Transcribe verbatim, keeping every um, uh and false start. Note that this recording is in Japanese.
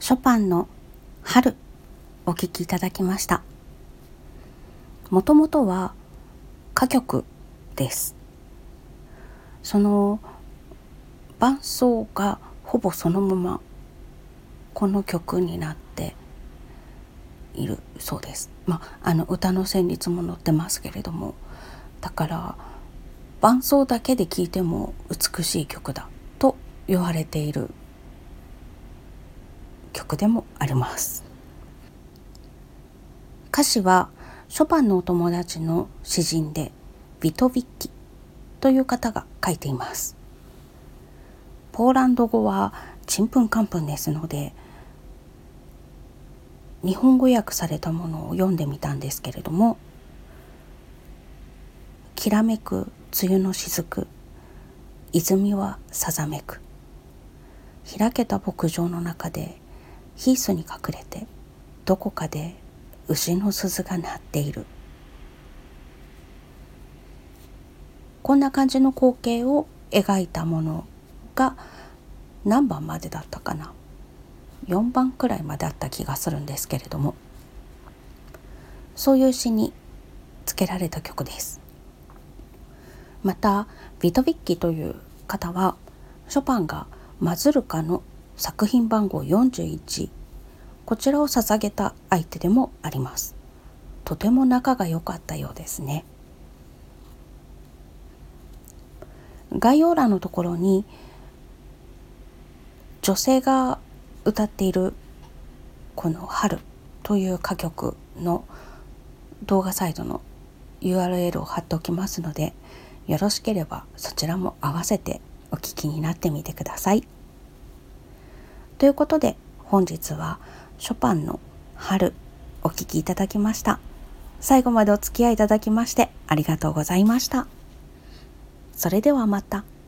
ショパンの春お聴きいただきました。もともとは歌曲です。その伴奏がほぼそのままこの曲になっているそうです。まあ、あの歌の旋律も載ってますけれども、だから伴奏だけで聴いても美しい曲だと言われている曲でもあります。歌詞はショパンのお友達の詩人でヴィトヴィッキという方が書いています。ポーランド語はちんぷんかんぷんですので、日本語訳されたものを読んでみたんですけれども、きらめく梅雨の雫、泉はさざめく、開けた牧場の中でヒースに隠れてどこかで牛の鈴が鳴っている。こんな感じの光景を描いたものが何番までだったかな、よんばんくらいまであった気がするんですけれども、そういう詩につけられた曲です。またヴィトヴィッキという方はショパンがマズルカの作品番号よんじゅういち、こちらを捧げた相手でもあります。とても仲が良かったようですね。概要欄のところに女性が歌っているこの春という歌曲の動画サイトの ユーアールエル を貼っておきますので、よろしければそちらも合わせてお聞きになってみてください。ということで本日はショパンの春お聴きいただきました。最後までお付き合いいただきましてありがとうございました。それではまた。